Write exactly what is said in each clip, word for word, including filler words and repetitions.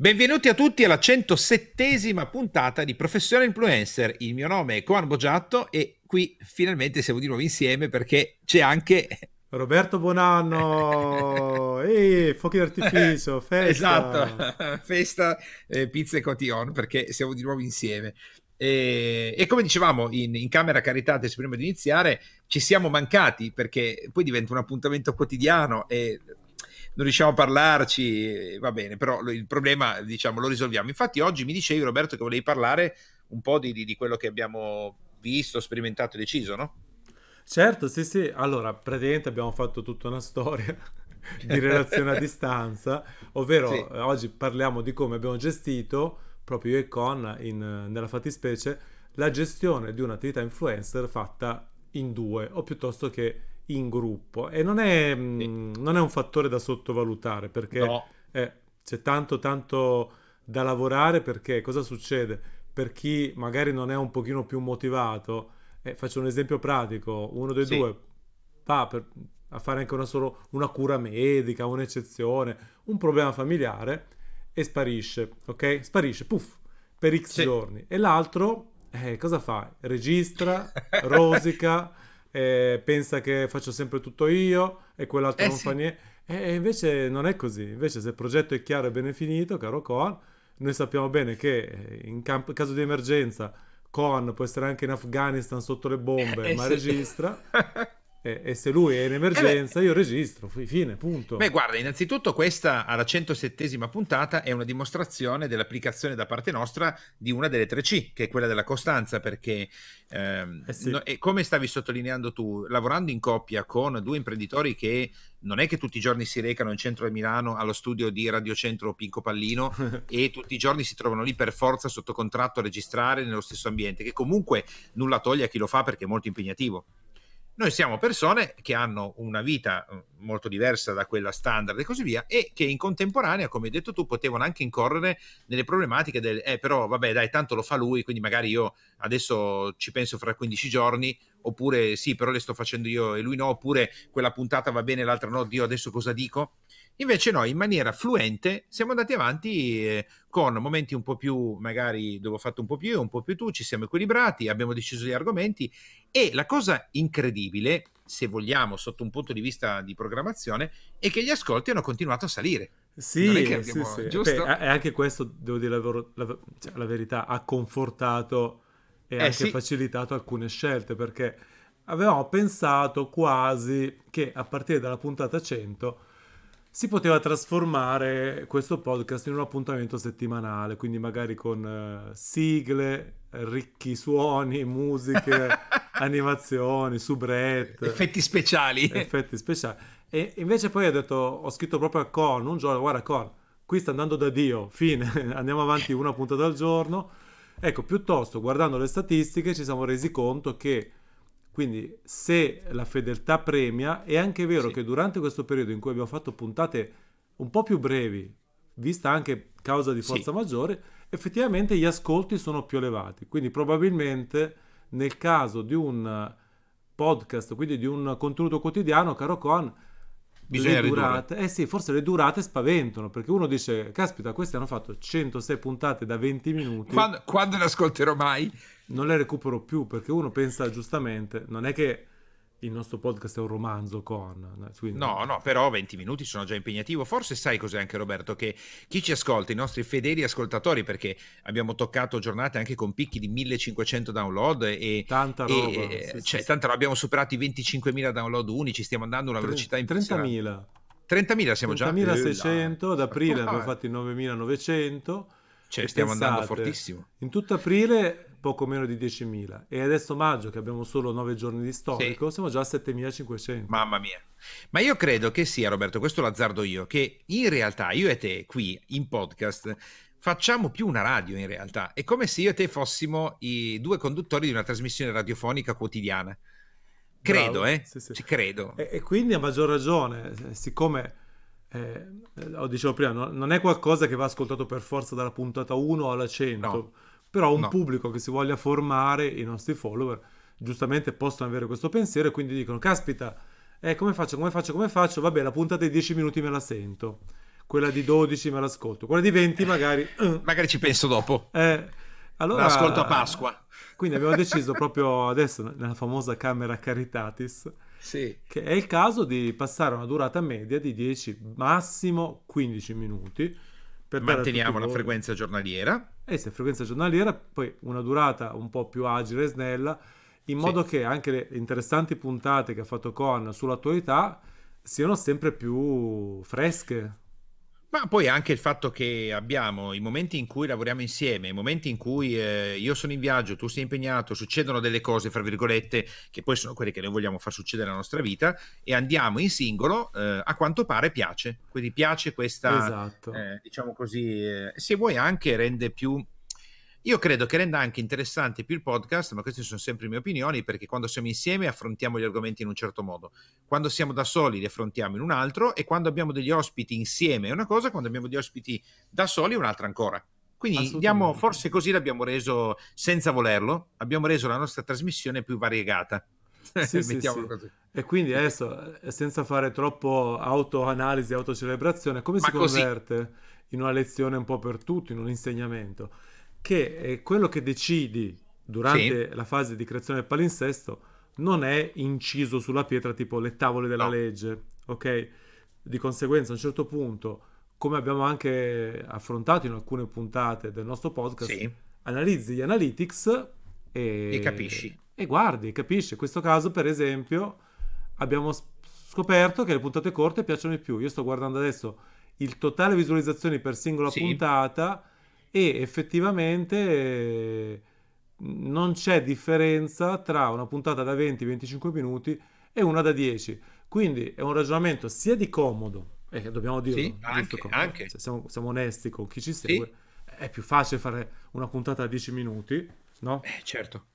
Benvenuti a tutti alla centosettesima puntata di Professione Influencer. Il mio nome è Coan Boggiatto e qui finalmente siamo di nuovo insieme perché c'è anche Roberto Bonanno, ehi, fuochi d'artificio, esatto, festa. festa, eh, pizza e cotillon, perché siamo di nuovo insieme. E, e come dicevamo in, in camera Caritatis prima di iniziare, ci siamo mancati perché poi diventa un appuntamento quotidiano e non riusciamo a parlarci, va bene, però il problema, diciamo, lo risolviamo. Infatti oggi mi dicevi, Roberto, che volevi parlare un po' di, di, di quello che abbiamo visto, sperimentato e deciso, no? Certo, sì, sì. Allora, praticamente abbiamo fatto tutta una storia di relazione a distanza, ovvero Sì, eh, oggi parliamo di come abbiamo gestito, proprio io e Con, in, eh, nella fattispecie, la gestione di un'attività influencer fatta in due o piuttosto che in gruppo. E non è, sì. mh, non è un fattore da sottovalutare perché No, eh, c'è tanto, tanto da lavorare perché cosa succede? Per chi magari non è un pochino più motivato, eh, faccio un esempio pratico, uno dei sì, due va per- a fare anche una, solo una cura medica, un'eccezione, un problema familiare e sparisce, ok? Sparisce, puff, per X sì. giorni. E l'altro, eh, cosa fa? Registra, rosica, eh, pensa che faccio sempre tutto io e quell'altro Eh non fa sì. niente. E invece non è così. Invece se il progetto è chiaro e ben finito, caro Coan, noi sappiamo bene che eh, in camp- caso di emergenza Cohen può essere anche in Afghanistan sotto le bombe, Eh ma sì. registra. E, e se lui è in Eh beh, emergenza, io registro. Fi- Fine, beh, punto. guarda, innanzitutto questa alla centosettesima puntata è una dimostrazione dell'applicazione da parte nostra di una delle tre C, che è quella della costanza, perché ehm, Eh sì. no- e come stavi sottolineando tu, lavorando in coppia con due imprenditori che non è che tutti i giorni si recano in centro a Milano allo studio di Radiocentro Pinco Pallino e tutti i giorni si trovano lì per forza sotto contratto a registrare nello stesso ambiente, che comunque nulla toglie a chi lo fa perché è molto impegnativo. Noi siamo persone che hanno una vita eh, molto diversa da quella standard e così via, e che in contemporanea, come hai detto tu, potevano anche incorrere nelle problematiche del eh, però vabbè, dai, tanto lo fa lui, quindi magari io adesso ci penso fra quindici giorni, oppure sì, però le sto facendo io e lui no, oppure quella puntata va bene, l'altra no, Dio, adesso cosa dico? Invece noi, in maniera fluente, siamo andati avanti eh, con momenti un po' più, magari dove ho fatto un po' più io, un po' più tu, ci siamo equilibrati, abbiamo deciso gli argomenti e la cosa incredibile, se vogliamo, sotto un punto di vista di programmazione, è che gli ascolti hanno continuato a salire. Non è che Sì, sì, abbiamo, sì. Beh, giusto? e anche questo, devo dire la, vero- la- cioè, la verità, ha confortato e Eh anche sì, facilitato alcune scelte perché avevamo pensato quasi che a partire dalla puntata cento si poteva trasformare questo podcast in un appuntamento settimanale, quindi magari con eh, sigle, ricchi suoni, musiche, animazioni, soubrette, effetti speciali. effetti speciali. E invece poi ho detto, ho scritto proprio a Con un giorno, guarda Con, qui sta andando da Dio, fine, andiamo avanti una puntata al giorno. Ecco, piuttosto guardando le statistiche ci siamo resi conto che quindi se la fedeltà premia, è anche vero Sì, che durante questo periodo in cui abbiamo fatto puntate un po' più brevi, vista anche causa di sì. forza maggiore, effettivamente gli ascolti sono più elevati. Quindi probabilmente nel caso di un podcast, quindi di un contenuto quotidiano, caro Con, le Bisogna ridurre. durate, eh sì, forse le durate spaventano, perché uno dice, caspita, questi hanno fatto centosei puntate da venti minuti, Quando, quando ne ascolterò mai? non le recupero più, perché uno pensa giustamente, non è che il nostro podcast è un romanzo con, quindi, No, no, però venti minuti sono già impegnativo. Forse sai cos'è anche Roberto, che chi ci ascolta, i nostri fedeli ascoltatori, perché abbiamo toccato giornate anche con picchi di millecinquecento download e, tanta roba, e sì, sì, cioè, sì. tanto abbiamo superato i venticinquemila download unici, stiamo andando a una Tre- velocità impressionante. trentamila. trentamila siamo già? Eh là. trentamilaseicento, ad aprile abbiamo fatto i novemilanovecento Cioè, e stiamo andando pensate, fortissimo. in tutto aprile poco meno di diecimila e adesso maggio che abbiamo solo nove giorni di Sì. storico siamo già a settemilacinquecento. Mamma mia. Ma io credo che sia, Roberto, questo l'azzardo io, che in realtà io e te qui in podcast facciamo più una radio in realtà. È come se io e te fossimo i due conduttori di una trasmissione radiofonica quotidiana. Credo, Bravo, eh? sì, sì. Ci credo. E, e quindi a maggior ragione, eh, siccome, eh, eh, lo dicevo prima, no- non è qualcosa che va ascoltato per forza dalla puntata uno alla No, cento, però un no. pubblico che si voglia formare, i nostri follower, giustamente possono avere questo pensiero e quindi dicono, caspita, eh, come faccio, come faccio, come faccio? Vabbè, la puntata di dieci minuti me la sento. quella di dodici me l'ascolto, quella di venti magari... Magari ci penso dopo. Eh, Me l'ascolto a allora, Pasqua. quindi abbiamo deciso proprio adesso, nella famosa camera Caritatis, Sì. che è il caso di passare una durata media di dieci, massimo quindici minuti, per dare a tutti Manteniamo la voi, frequenza giornaliera. e se frequenza giornaliera, poi una durata un po' più agile e snella, in Sì. modo che anche le interessanti puntate che ha fatto Conan sull'attualità siano sempre più fresche. Ma poi anche il fatto che abbiamo i momenti in cui lavoriamo insieme, i momenti in cui eh, io sono in viaggio, tu sei impegnato, succedono delle cose, fra virgolette, che poi sono quelle che noi vogliamo far succedere nella nostra vita, e andiamo in singolo, eh, a quanto pare piace. Quindi piace questa, Esatto. eh, diciamo così, eh, se vuoi anche rende più... Io credo che renda anche interessante più il podcast, ma queste sono sempre le mie opinioni, perché quando siamo insieme affrontiamo gli argomenti in un certo modo, quando siamo da soli li affrontiamo in un altro, e quando abbiamo degli ospiti insieme è una cosa, quando abbiamo degli ospiti da soli è un'altra ancora. Quindi diamo, Assolutamente. forse così l'abbiamo reso, senza volerlo, abbiamo reso la nostra trasmissione più variegata. Sì, sì, Mettiamolo sì. così. E quindi adesso, eh, senza fare troppo autoanalisi, autocelebrazione, come si Ma così, converte in una lezione un po' per tutti, in un insegnamento? Che è quello che decidi sì, durante la fase di creazione del palinsesto non è inciso sulla pietra tipo le tavole della no, legge, ok? Di conseguenza, a un certo punto, come abbiamo anche affrontato in alcune puntate del nostro podcast, sì, analizzi gli analytics e e, capisci. e guardi, capisci? In questo caso, per esempio, abbiamo s- scoperto che le puntate corte piacciono di più. Io sto guardando adesso il totale visualizzazioni per singola Sì, puntata e effettivamente eh, non c'è differenza tra una puntata da venti venticinque minuti e una da dieci. Quindi è un ragionamento sia di comodo, e dobbiamo sì, dirlo, giusto? anche, co- anche. se siamo, siamo onesti con chi ci segue, Sì, è più facile fare una puntata da dieci minuti, no? eh, certo.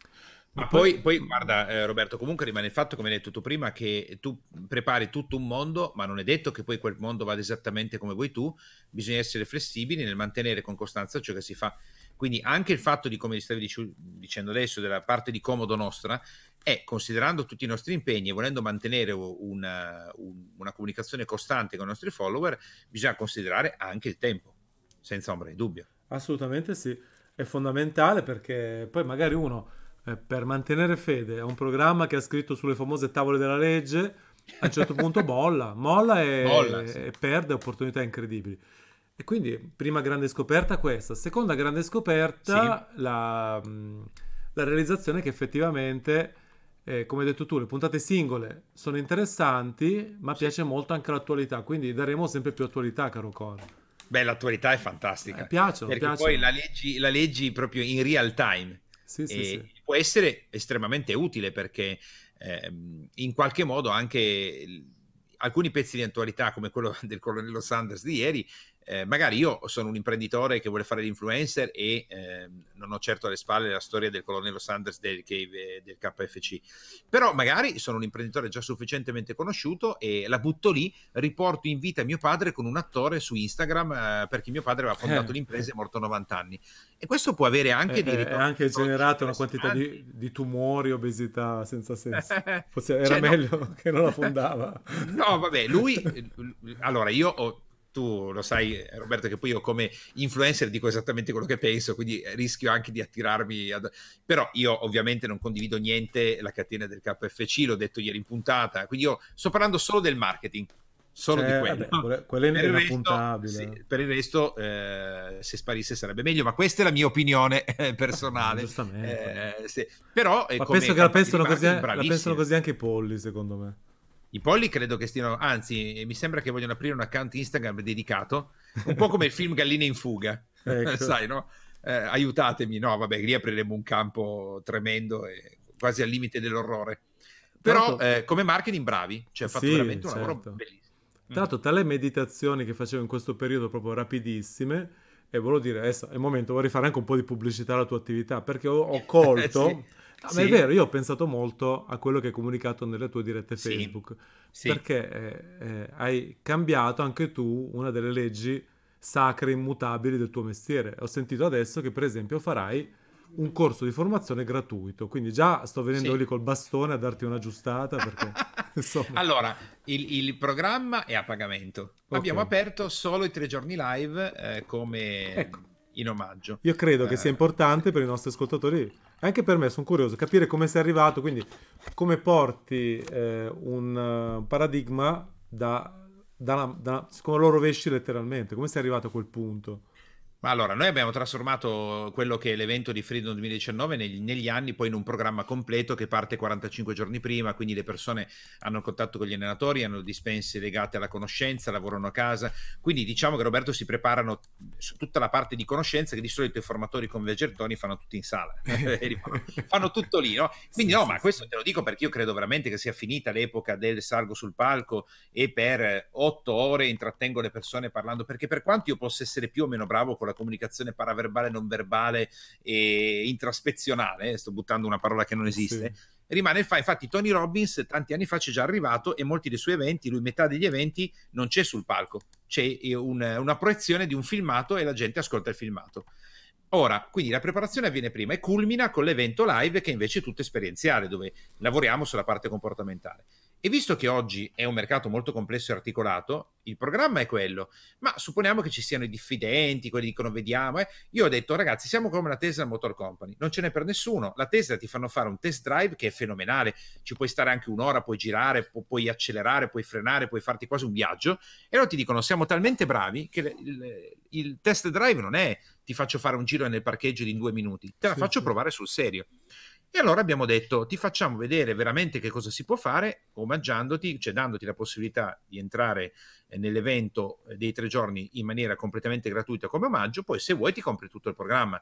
E Ma poi, poi, poi guarda, eh, Roberto, comunque rimane il fatto, come hai detto tu prima, che tu prepari tutto un mondo, ma non è detto che poi quel mondo vada esattamente come vuoi tu, bisogna essere flessibili nel mantenere con costanza ciò che si fa. Quindi anche il fatto di, come stavi dic- dicendo adesso, della parte di comodo nostra, è considerando tutti i nostri impegni e volendo mantenere una, un- una comunicazione costante con i nostri follower, bisogna considerare anche il tempo, senza ombra di dubbio. assolutamente sì, è fondamentale perché poi magari uno eh, per mantenere fede a un programma che ha scritto sulle famose tavole della legge, a un certo punto molla, molla Molla, e, sì. e perde opportunità incredibili. E quindi prima grande scoperta questa, seconda grande Sì, scoperta la, mh, la realizzazione che effettivamente, eh, come hai detto tu, le puntate singole sono interessanti, ma sì. piace molto anche l'attualità, quindi daremo sempre più attualità, caro Cor. Beh, l'attualità è Eh, fantastica, piacciono, perché poi la piacciono. leggi, la leggi proprio in real time Sì, sì, e sì. può essere estremamente utile perché ehm, in qualche modo anche il- alcuni pezzi di attualità come quello del colonnello Sanders di ieri, eh, magari io sono un imprenditore che vuole fare l'influencer e ehm, non ho certo alle spalle la storia del colonnello Sanders del, che- del K F C, però magari sono un imprenditore già sufficientemente conosciuto e la butto lì, riporto in vita mio padre con un attore su Instagram, eh, perché mio padre aveva fondato Eh, l'impresa e è morto a novanta anni, e questo può avere è, anche dei è- è ritorni anche psicologici generata una quantità interessanti. di, di tumori, obesità senza senso. Forse era Cioè, no, meglio che non la fondava. no, vabbè, lui, allora io ho, tu lo sai, Roberto, che poi io come influencer dico esattamente quello che penso, quindi rischio anche di attirarmi ad... Però io ovviamente non condivido niente la catena del K F C, l'ho detto ieri in puntata, quindi io sto parlando solo del marketing, solo di Cioè, quello. vabbè, quella, quella Per è il resto, sì, inappuntabile. per il resto eh, se sparisse sarebbe meglio, ma questa è la mia opinione eh, Ma personale. giustamente. Eh, sì. Però eh, Ma penso come che la campagna di pensano così, marketing, la pensano bravissimi. così anche i polli, secondo me. I polli credo che stiano, anzi, mi sembra che vogliono aprire un account Instagram dedicato, un po' come il film Galline in fuga, Ecco. sai, no? Eh, aiutatemi, no, vabbè, lì apriremo un campo tremendo e quasi al limite dell'orrore. Tra Però l'altro, eh, come marketing bravi, cioè ha fatto sì, veramente un lavoro certo. bellissimo. Tra Mm. l'altro, tale meditazioni che facevo in questo periodo proprio rapidissime, e volevo dire, adesso è il momento, vorrei fare anche un po' di pubblicità alla tua attività, perché ho, ho Sì, colto, no, ma è sì, vero, io ho pensato molto a quello che hai comunicato nelle tue dirette sì, Facebook, sì, perché eh, eh, hai cambiato anche tu una delle leggi sacre, immutabili del tuo mestiere. Ho sentito adesso che, per esempio, farai un corso di formazione gratuito, quindi già sto venendo sì. lì col bastone a darti una giustata perché... Insomma, Allora, il, il programma è a pagamento. Abbiamo ok. aperto solo i tre giorni live eh, Ecco, come in omaggio. io credo che sia Eh, importante per i nostri ascoltatori, anche per me, sono curioso, capire come sei arrivato, quindi come porti eh, un eh, paradigma da, da, da, come lo rovesci letteralmente, come sei arrivato a quel punto. Ma allora, noi abbiamo trasformato quello che è l'evento di Freedom duemiladiciannove negli, negli anni poi in un programma completo che parte quarantacinque giorni prima, quindi le persone hanno contatto con gli allenatori, hanno dispense legate alla conoscenza, lavorano a casa, quindi diciamo che Roberto si preparano su tutta la parte di conoscenza che di solito i formatori con Vergertoni fanno tutti in sala, e fanno, fanno tutto lì, no? Quindi Sì, no, sì, ma sì. questo te lo dico perché io credo veramente che sia finita l'epoca del salgo sul palco e per otto ore intrattengo le persone parlando, perché per quanto io possa essere più o meno bravo con la comunicazione paraverbale, non verbale e intraspezionale, eh, sto buttando una parola che non Sì. esiste, rimane il fa. Infatti Tony Robbins tanti anni fa c'è già arrivato e molti dei suoi eventi, lui metà degli eventi non c'è sul palco, c'è un, una proiezione di un filmato e la gente ascolta il filmato. Ora, quindi la preparazione avviene prima e culmina con l'evento live che invece è tutto esperienziale, dove lavoriamo sulla parte comportamentale. E visto che oggi è un mercato molto complesso e articolato, il programma è quello, ma supponiamo che ci siano i diffidenti, quelli che dicono vediamo, eh. Io ho detto ragazzi siamo come la Tesla Motor Company, non ce n'è per nessuno, la Tesla ti fanno fare un test drive che è fenomenale, ci puoi stare anche un'ora, puoi girare, pu- puoi accelerare, puoi frenare, puoi farti quasi un viaggio e loro ti dicono siamo talmente bravi che il, il, il test drive non è ti faccio fare un giro nel parcheggio di in due minuti, te la Sì, faccio sì. provare sul serio. E allora abbiamo detto, ti facciamo vedere veramente che cosa si può fare, omaggiandoti, cioè dandoti la possibilità di entrare eh, nell'evento eh, dei tre giorni in maniera completamente gratuita come omaggio, poi se vuoi ti compri tutto il programma.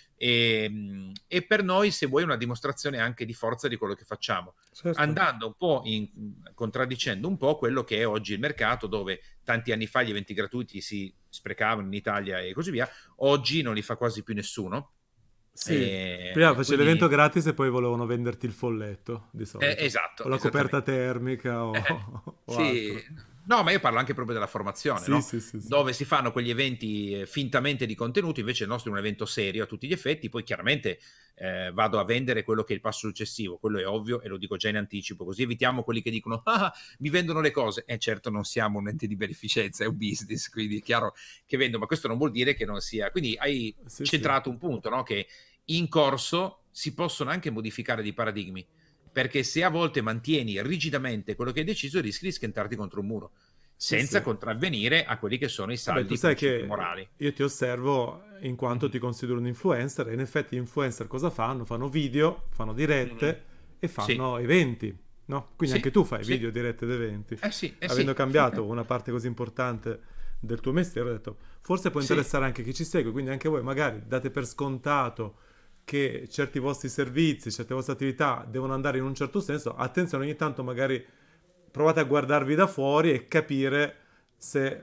E, e per noi, se vuoi, una dimostrazione anche di forza di quello che facciamo, Certo. andando un po' in, contraddicendo un po' quello che è oggi il mercato, dove tanti anni fa gli eventi gratuiti si sprecavano in Italia e così via, oggi non li fa quasi più nessuno. Sì, prima E facevi l'evento quindi gratis e poi volevano venderti il folletto, di eh, solito. O esatto, la coperta esattamente. termica o, Eh, o sì, altro. no, ma io parlo anche proprio della formazione, Sì, no? sì, sì, sì. Dove si fanno quegli eventi eh, fintamente di contenuti, invece il nostro è un evento serio a tutti gli effetti, poi chiaramente eh, vado a vendere quello che è il passo successivo, quello è ovvio e lo dico già in anticipo, così evitiamo quelli che dicono ah, mi vendono le cose, e eh, certo non siamo un ente di beneficenza, è un business, quindi è chiaro che vendo, ma questo non vuol dire che non sia, quindi hai Sì, sì. centrato un punto, no? Che in corso si possono anche modificare dei paradigmi, perché se a volte mantieni rigidamente quello che hai deciso rischi di schiantarti contro un muro Sì, senza sì. contravvenire a quelli che sono i Vabbè, tu saldi sai principi che morali. io ti osservo in quanto Mhm. ti considero un influencer e in effetti gli influencer cosa fanno? Fanno video, fanno Mhm. dirette e Sì, fanno eventi, no? Quindi sì, anche tu fai sì, video, dirette ed eventi. eh sì, eh Avendo sì, cambiato una parte così importante del tuo mestiere, ho detto, forse può sì. interessare anche chi ci segue, quindi anche voi magari date per scontato che certi vostri servizi, certe vostre attività devono andare in un certo senso. Attenzione, ogni tanto magari provate a guardarvi da fuori e capire se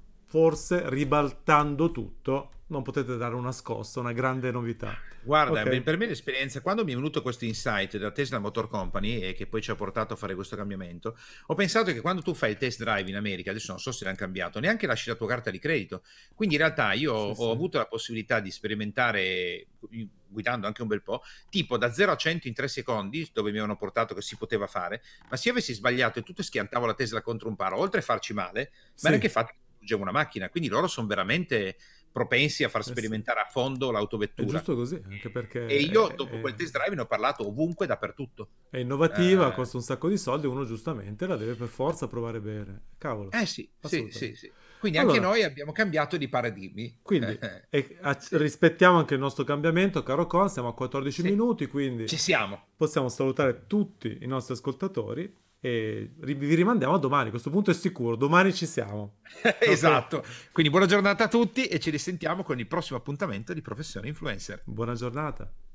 forse ribaltando tutto non potete dare una scossa, una grande novità. Guarda, Ok? per me l'esperienza, quando mi è venuto questo insight da Tesla Motor Company e che poi ci ha portato a fare questo cambiamento, ho pensato che quando tu fai il test drive in America, adesso non so se l'hanno cambiato, neanche lasci la tua carta di credito. Quindi in realtà io Sì, ho sì. avuto la possibilità di sperimentare, guidando anche un bel po', tipo da zero a cento in tre secondi, dove mi avevano portato che si poteva fare, ma se io avessi sbagliato e tutto schiantavo la Tesla contro un palo, oltre a farci male, ma era Sì, anche fatto che distruggevo una macchina, quindi loro sono veramente propensi a far eh sì. sperimentare a fondo È l'autovettura. giusto così, anche E perché io è, dopo quel è- test drive ne ho parlato ovunque, dappertutto. è innovativa, Eh, costa un sacco di soldi, uno giustamente la deve per forza provare bene. Cavolo, eh sì, sì, sì, assolutamente. sì. Quindi anche Allora, noi abbiamo cambiato di paradigmi. quindi e- a- Sì, rispettiamo anche il nostro cambiamento, caro Con, siamo a quattordici sì, minuti, quindi ci siamo. possiamo salutare tutti i nostri ascoltatori e ri- vi rimandiamo a domani. A questo punto è sicuro, domani ci siamo. Ok? Esatto. Quindi buona giornata a tutti e ci risentiamo con il prossimo appuntamento di Professione Influencer. Buona giornata.